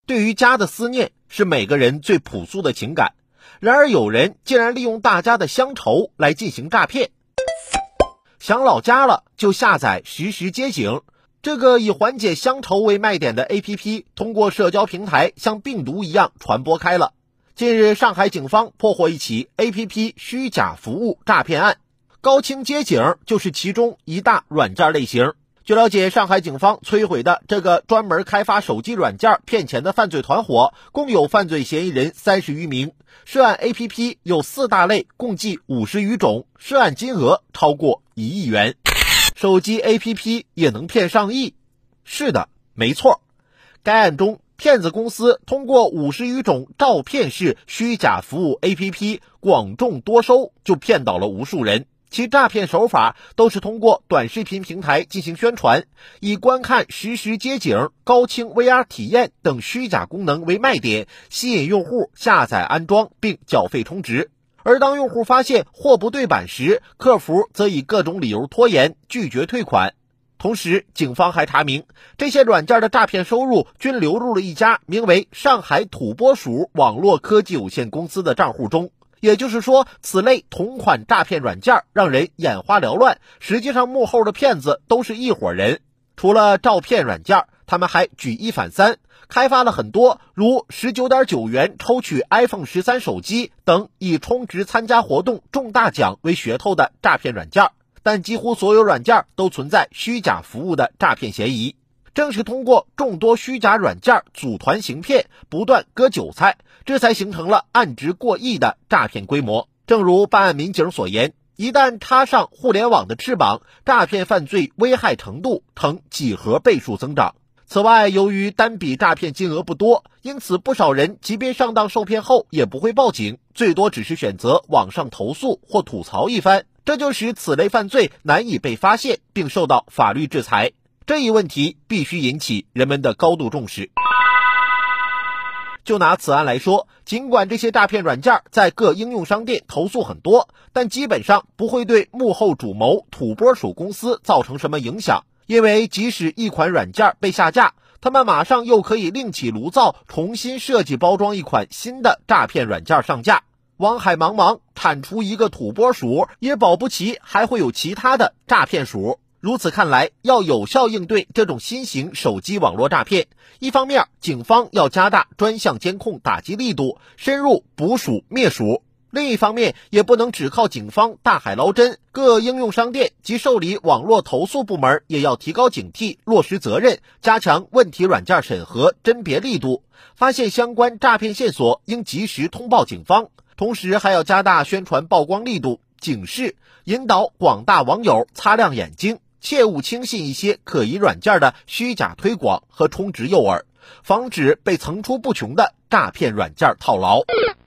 对于家的思念是每个人最朴素的情感，然而有人竟然利用大家的乡愁来进行诈骗。想老家了就下载实时街景，这个以缓解乡愁为卖点的 APP 通过社交平台像病毒一样传播开了。近日，上海警方破获一起 APP 虚假服务诈骗案，高清街景就是其中一大软件类型。据了解，上海警方摧毁的这个专门开发手机软件骗钱的犯罪团伙，共有犯罪嫌疑人30余名。涉案 APP 有4大类，共计50余种，涉案金额超过1亿元。手机 APP 也能骗上亿？是的，没错。该案中，骗子公司通过50余种照骗式虚假服务 APP 广种多收，就骗倒了无数人。其诈骗手法都是通过短视频平台进行宣传，以观看实时街景、高清 VR 体验等虚假功能为卖点，吸引用户下载安装并缴费充值。而当用户发现货不对版时，客服则以各种理由拖延，拒绝退款。同时，警方还查明，这些软件的诈骗收入均流入了一家名为上海土拨鼠网络科技有限公司的账户中。也就是说，此类同款诈骗软件让人眼花缭乱，实际上幕后的骗子都是一伙人。除了照骗软件，他们还举一反三，开发了很多如 19.9 元抽取 iPhone 13手机等以充值参加活动中大奖为噱头的诈骗软件，但几乎所有软件都存在虚假服务的诈骗嫌疑。正是通过众多虚假软件组团行骗，不断割韭菜，这才形成了案值过亿的诈骗规模。正如办案民警所言，一旦插上互联网的翅膀，诈骗犯罪危害程度呈几何倍数增长。此外，由于单笔诈骗金额不多，因此不少人即便上当受骗后也不会报警，最多只是选择网上投诉或吐槽一番，这就使此类犯罪难以被发现并受到法律制裁。这一问题必须引起人们的高度重视。就拿此案来说，尽管这些诈骗软件在各应用商店投诉很多，但基本上不会对幕后主谋土拨鼠公司造成什么影响，因为即使一款软件被下架，他们马上又可以另起炉灶，重新设计包装一款新的诈骗软件上架。汪海茫茫，产出一个土拨鼠，也保不齐还会有其他的诈骗鼠。如此看来，要有效应对这种新型手机网络诈骗，一方面警方要加大专项监控打击力度，深入捕鼠灭鼠；另一方面也不能只靠警方大海捞针，各应用商店及受理网络投诉部门也要提高警惕，落实责任，加强问题软件审核甄别力度，发现相关诈骗线索应及时通报警方，同时还要加大宣传曝光力度，警示引导广大网友擦亮眼睛，切勿轻信一些可疑软件的虚假推广和充值诱饵，防止被层出不穷的诈骗软件套牢。